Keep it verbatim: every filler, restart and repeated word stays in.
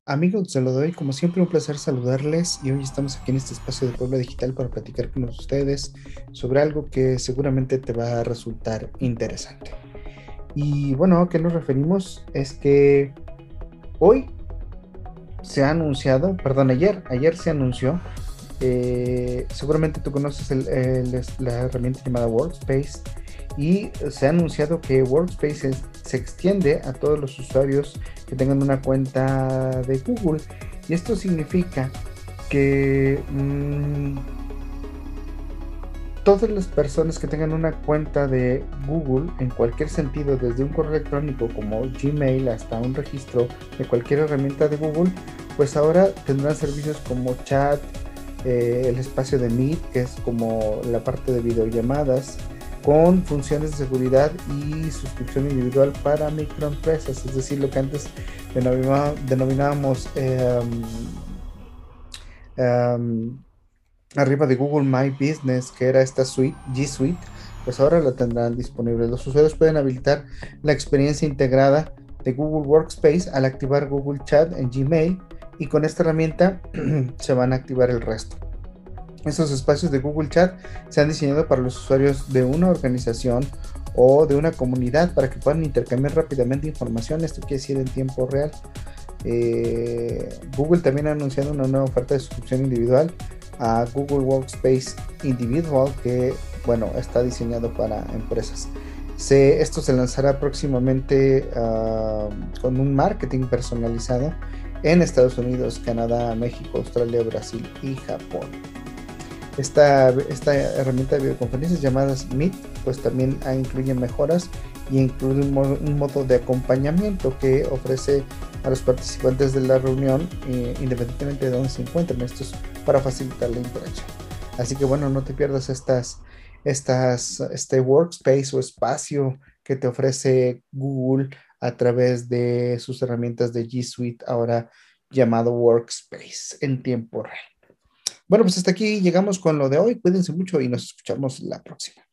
Amigos, se lo doy como siempre un placer saludarles y hoy estamos aquí en este espacio de Puebla Digital para platicar con ustedes sobre algo que seguramente te va a resultar interesante. Y bueno, ¿a qué nos referimos? Es que hoy se ha anunciado, perdón, ayer, ayer se anunció, eh, seguramente tú conoces el- el- es- la herramienta llamada Workspace y se ha anunciado que Workspace es- se extiende a todos los usuarios que tengan una cuenta de Google y esto significa que mm, todas las personas que tengan una cuenta de Google en cualquier sentido, desde un correo electrónico como Gmail hasta un registro de cualquier herramienta de Google, pues ahora tendrán servicios como chat, eh, el espacio de Meet, que es como la parte de videollamadas, con funciones de seguridad y suscripción individual para microempresas, es decir, lo que antes denomina- denominábamos eh, um, arriba de Google My Business, que era esta suite, G Suite, pues ahora la tendrán disponible. Los usuarios pueden habilitar la experiencia integrada de Google Workspace al activar Google Chat en Gmail y con esta herramienta se van a activar el resto. Estos espacios de Google Chat se han diseñado para los usuarios de una organización o de una comunidad para que puedan intercambiar rápidamente información. Esto quiere decir en tiempo real. Eh, Google también ha anunciado una nueva oferta de suscripción individual a Google Workspace Individual que, bueno, está diseñado para empresas. Se, esto se lanzará próximamente uh, con un marketing personalizado en Estados Unidos, Canadá, México, Australia, Brasil y Japón. Esta, esta herramienta de videoconferencias llamadas Meet, pues también ah, incluye mejoras y incluye un, modo, un modo de acompañamiento que ofrece a los participantes de la reunión, eh, independientemente de dónde se encuentren. Esto es para facilitar la interacción. Así que bueno, no te pierdas estas, estas, este workspace o espacio que te ofrece Google a través de sus herramientas de G Suite, ahora llamado Workspace en tiempo real. Bueno, pues hasta aquí llegamos con lo de hoy. Cuídense mucho y nos escuchamos la próxima.